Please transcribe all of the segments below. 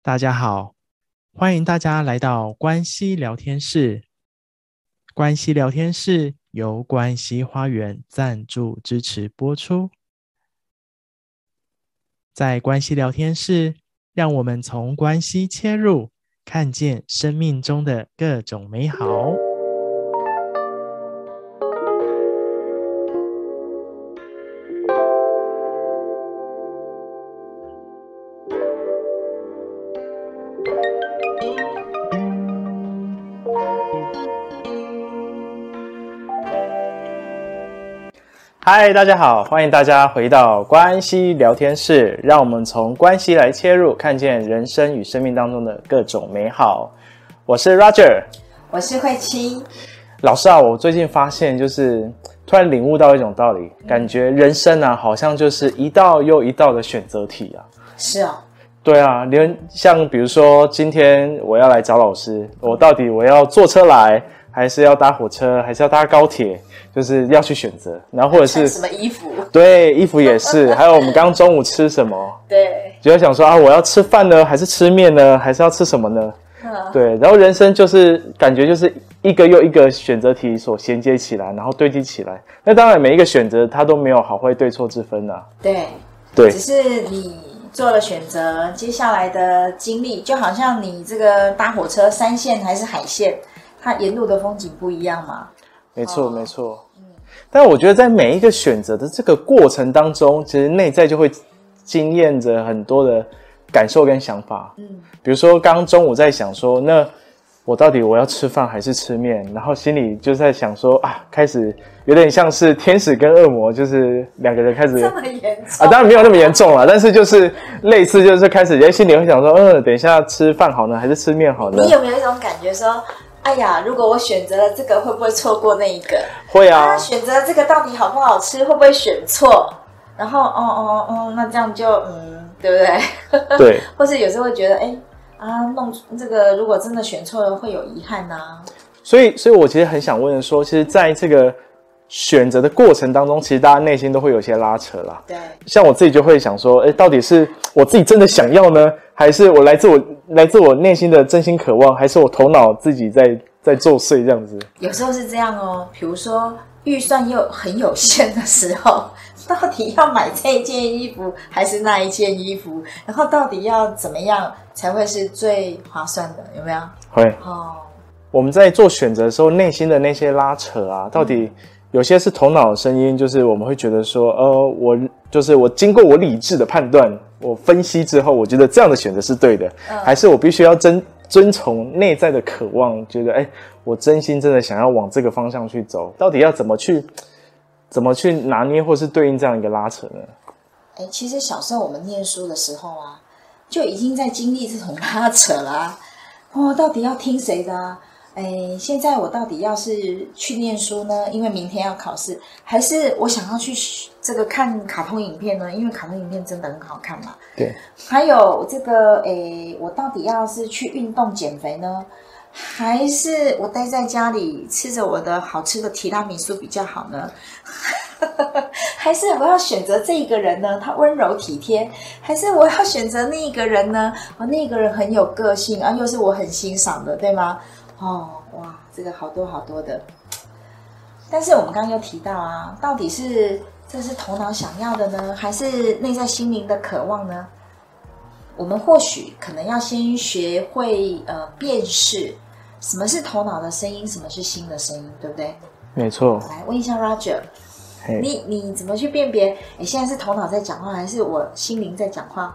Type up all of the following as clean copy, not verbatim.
大家好，欢迎大家来到关系聊天室。关系聊天室由关系花园赞助支持播出。在关系聊天室，让我们从关系切入，看见生命中的各种美好。嗨，大家好，欢迎大家回到关系聊天室，让我们从关系来切入，看见人生与生命当中的各种美好。我是 Roger， 我是慧琪。 老师啊，我最近发现就是突然领悟到一种道理，感觉人生啊好像就是一道又一道的选择题啊。 是哦。 对啊，连像比如说今天我要来找老师，我到底要坐车来，还是要搭火车，还是要搭高铁，就是要去选择。然后或者是穿什么衣服？ 对，衣服也是。还有我们刚中午吃什么？ 对， 就要想说啊，我要吃饭呢，还是吃面呢，还是要吃什么呢？对，然后人生就是感觉就是一个又一个选择题所衔接起来，然后堆积起来。那当然每一个选择它都没有好坏对错之分啊。 对，只是你做了选择，接下来的经历就好像你这个搭火车山线还是海线，它沿路的风景不一样嘛。 没错，没错。但我觉得在每一个选择的这个过程当中，其实内在就会经验着很多的感受跟想法。比如说刚刚中午在想说，那我到底要吃饭还是吃面？然后心里就在想说啊，开始有点像是天使跟恶魔，就是两个人开始这么严重啊，当然没有那么严重啦，但是就是类似，就是开始心里会想说，等一下吃饭好呢，还是吃面好呢？ 你有没有一种感觉说，哎呀，如果我选择了这个，会不会错过那一个？ 会啊。 选择了这个到底好不好吃，会不会选错？然后那这样就对不对？ 对。 或是有时候会觉得，弄这个如果真的选错了，会有遗憾啊。 所以我其实很想问说，其实在这个选择的过程当中，其实大家内心都会有些拉扯啦。 对。 像我自己就会想说，到底是我自己真的想要呢，还是我来自我内心的真心渴望，还是我头脑自己在作祟这样子？ 有时候是这样哦，比如说预算又很有限的时候，到底要买这一件衣服还是那一件衣服？然后到底要怎么样才会是最划算的？有没有？ 会。 哦。 我们在做选择的时候，内心的那些拉扯啊，到底有些是头脑的声音，就是我们会觉得说，我经过我理智的判断，我分析之后，我觉得这样的选择是对的，还是我必须要遵从内在的渴望，觉得我真心真的想要往这个方向去走，到底要怎么去拿捏或是对应这样一个拉扯呢？ 其实小时候我们念书的时候啊，就已经在经历这种拉扯啦。到底要听谁的啊？现在我到底要是去念书呢？因为明天要考试，还是我想要去这个看卡通影片呢？因为卡通影片真的很好看嘛。 对。 还有这个，我到底要是去运动减肥呢？还是我待在家里吃着我的好吃的提拉米苏比较好呢？还是我要选择这个人呢？他温柔体贴，还是我要选择那一个人呢？那个人很有个性啊，又是我很欣赏的，对吗？哇，这个好多好多的。但是我们刚刚又提到啊，到底这是头脑想要的呢，还是内在心灵的渴望呢？我们或许可能要先学会辨识什么是头脑的声音，什么是心的声音，对不对？ 没错。 来问一下 Roger， 你怎么去辨别？现在是头脑在讲话，还是我心灵在讲话？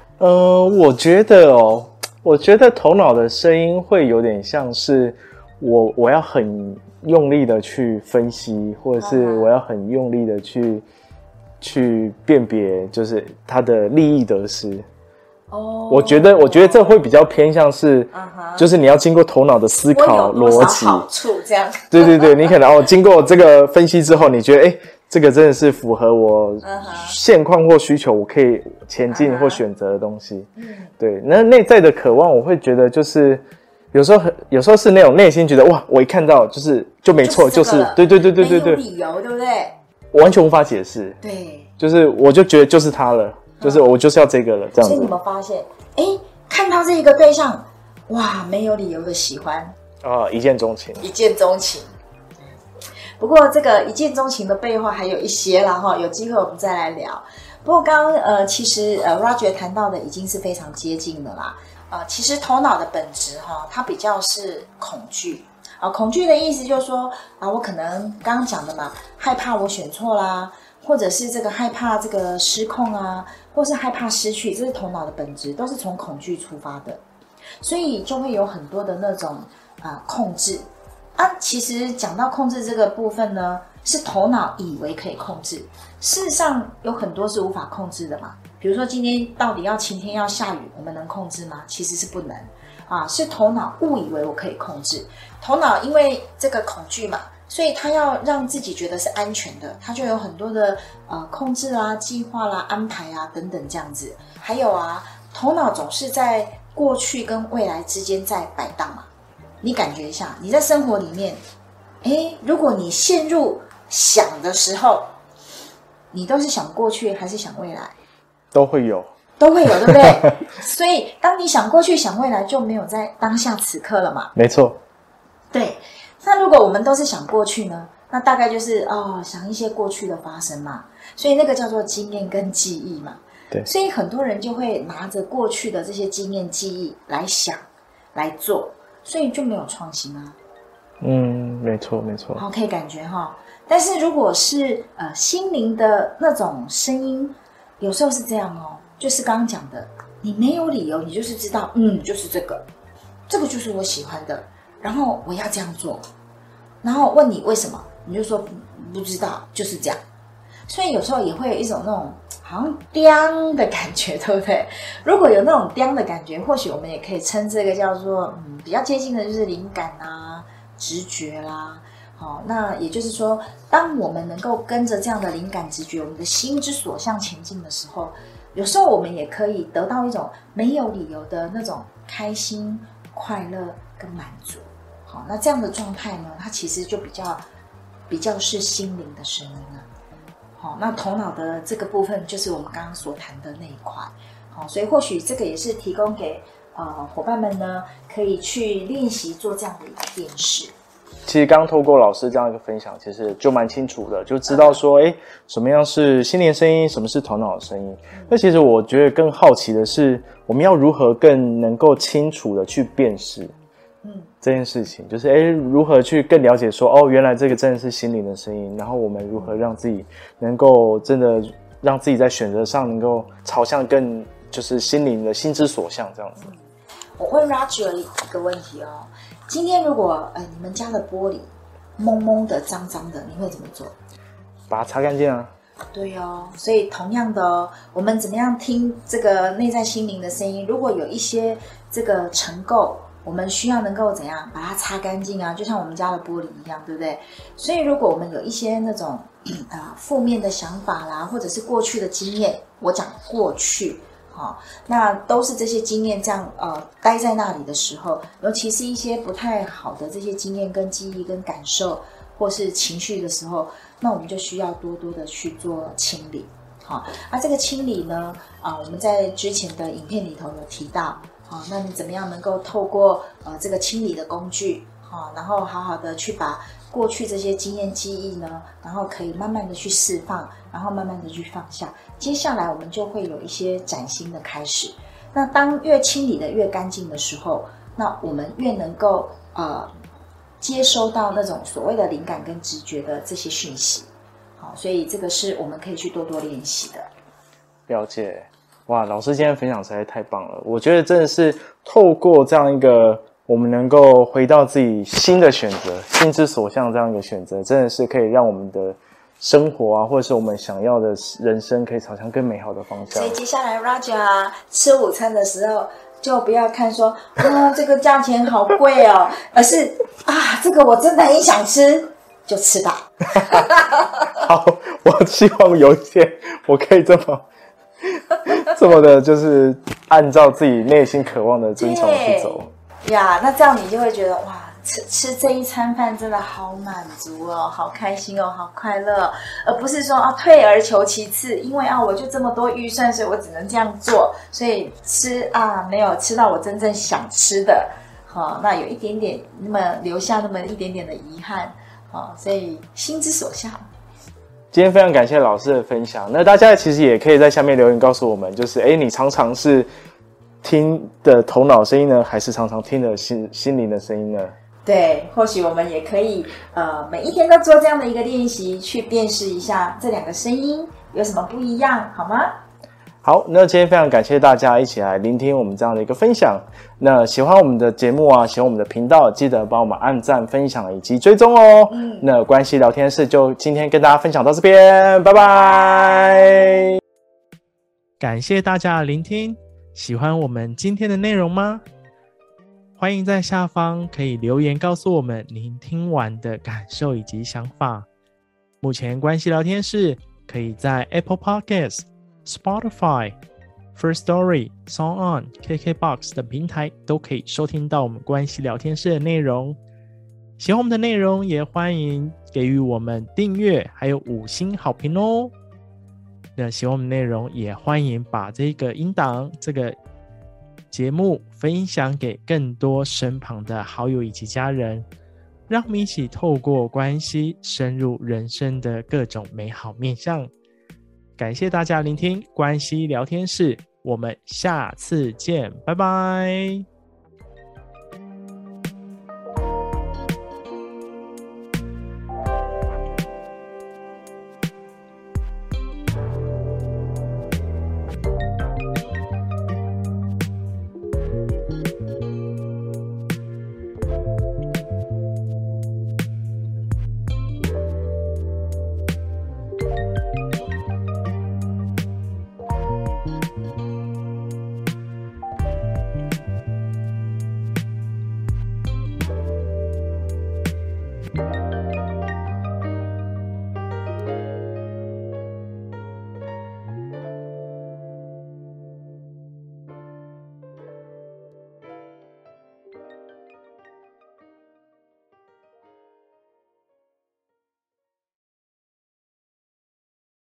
我觉得头脑的声音会有点像是我要很用力的去分析，或者是我要很用力的去辨别，就是它的利益得失。我觉得这会比较偏向是，就是你要经过头脑的思考逻辑， 好处这样。 对，你可能经过这个分析之后，你觉得这个真的是符合我现况或需求，我可以前进或选择的东西。对，那内在的渴望，我会觉得就是有时候是那种内心觉得哇，我一看到就没错，就是对， 没有理由，对不对？ 我完全无法解释。 对， 就是我就觉得就是他了，就是我就是要这个了，这样子。 所以你们发现， 看到这个对象，哇，没有理由的喜欢一见钟情， 一见钟情。不过这个一见钟情的背后还有一些啦哈，有机会我们再来聊。不过刚刚其实Roger 谈到的已经是非常接近的啦。其实头脑的本质哈，它比较是恐惧啊。恐惧的意思就是说我可能刚刚讲的嘛，害怕我选错啦，或者是这个害怕这个失控啊，或是害怕失去，这是头脑的本质，都是从恐惧出发的。所以就会有很多的那种控制其实讲到控制这个部分呢，是头脑以为可以控制，事实上有很多是无法控制的嘛。比如说今天到底要晴天要下雨，我们能控制吗？其实是不能是头脑误以为我可以控制。头脑因为这个恐惧嘛，所以他要让自己觉得是安全的，他就有很多的控制啦、计划啦、安排啊等等这样子。还有头脑总是在过去跟未来之间在摆荡嘛。你感觉一下，你在生活里面如果你陷入想的时候，你都是想过去还是想未来？ 都会有， 对不对？所以当你想过去想未来，就没有在当下此刻了嘛。 没错。 对，那如果我们都是想过去呢，那大概就是想一些过去的发生嘛，所以那个叫做经验跟记忆嘛。 对， 所以很多人就会拿着过去的这些经验记忆来想来做，所以就没有创新啊。 没错没错。 好，可以感觉但是如果是心灵的那种声音，有时候是这样就是刚刚讲的，你没有理由，你就是知道就是这个就是我喜欢的，然后我要这样做，然后问你为什么，你就说不知道，就是这样。所以有时候也会有一种那种好像刁的感觉，对不对？如果有那种刁的感觉，或许我们也可以称这个叫做比较接近的就是灵感直觉啦。那也就是说，当我们能够跟着这样的灵感直觉，我们的心之所向前进的时候，有时候我们也可以得到一种没有理由的那种开心、快乐跟满足。那这样的状态呢，它其实就比较是心灵的声音那头脑的这个部分就是我们刚刚所谈的那一块。所以或许这个也是提供给伙伴们呢，可以去练习做这样的一个辨识。 其实刚透过老师这样一个分享，其实就蛮清楚的，就知道说什么样是心灵声音，什么是头脑的声音。那其实我觉得更好奇的是，我们要如何更能够清楚的去辨识这件事情，就是如何去更了解说原来这个真的是心灵的声音，然后我们如何让自己能够真的让自己在选择上能够朝向更就是心灵的心之所向这样子。 我问 Roger 一个问题今天如果你们家的玻璃蒙蒙的脏脏的，你会怎么做？ 把它擦干净啊。 对所以同样的我们怎么样听这个内在心灵的声音，如果有一些这个尘垢，我们需要能够怎样把它擦干净就像我们家的玻璃一样，对不对？所以如果我们有一些那种负面的想法啦，或者是过去的经验，我讲过去那都是这些经验这样待在那里的时候，尤其是一些不太好的这些经验跟记忆跟感受或是情绪的时候，那我们就需要多多的去做清理。这个清理呢我们在之前的影片里头有提到那你怎么样能够透过这个清理的工具然后好好的去把过去这些经验记忆呢，然后可以慢慢的去释放，然后慢慢的去放下，接下来我们就会有一些崭新的开始。那当越清理的越干净的时候，那我们越能够接收到那种所谓的灵感跟直觉的这些讯息。所以这个是我们可以去多多练习的。 了解。哇，老师今天分享实在太棒了，我觉得真的是透过这样一个我们能够回到自己新的选择，心之所向这样一个选择，真的是可以让我们的生活或者是我们想要的人生可以朝向更美好的方向。 所以接下来 Roger 吃午餐的时候就不要看说这个价钱好贵而是这个我真的很想吃，就吃吧。 好，我希望有一天我可以这么的就是按照自己内心渴望的遵从去走那这样你就会觉得哇， 吃这一餐饭真的好满足哦，好开心哦，好快乐，而不是说退而求其次，因为我就这么多预算，所以我只能这样做，所以吃没有吃到我真正想吃的，那有一点点那么留下那么一点点的遗憾，所以心之所向。 今天非常感谢老师的分享，那大家其实也可以在下面留言告诉我们，就是你常常是听的头脑声音呢，还是常常听的心灵的声音呢？ 对，或许我们也可以每一天都做这样的一个练习，去辨识一下这两个声音有什么不一样，好吗？ 好，那今天非常感谢大家一起来聆听我们这样的一个分享。那喜欢我们的节目喜欢我们的频道，记得帮我们按赞、分享以及追踪哦。那关系聊天室就今天跟大家分享到这边，拜拜。 感谢大家的聆听，喜欢我们今天的内容吗？欢迎在下方可以留言告诉我们您听完的感受以及想法。目前关系聊天室可以在 Apple Podcast、Spotify、Firstory、SoundOn、KKBOX 等平台都可以收听到我们关系聊天室的内容。喜欢我们的内容也欢迎给予我们订阅还有5星好评哦。那喜欢我们内容也欢迎把这个音档这个节目分享给更多身旁的好友以及家人，让我们一起透过关系深入人生的各种美好面向。感谢大家聆听关系聊天室，我们下次见，拜拜。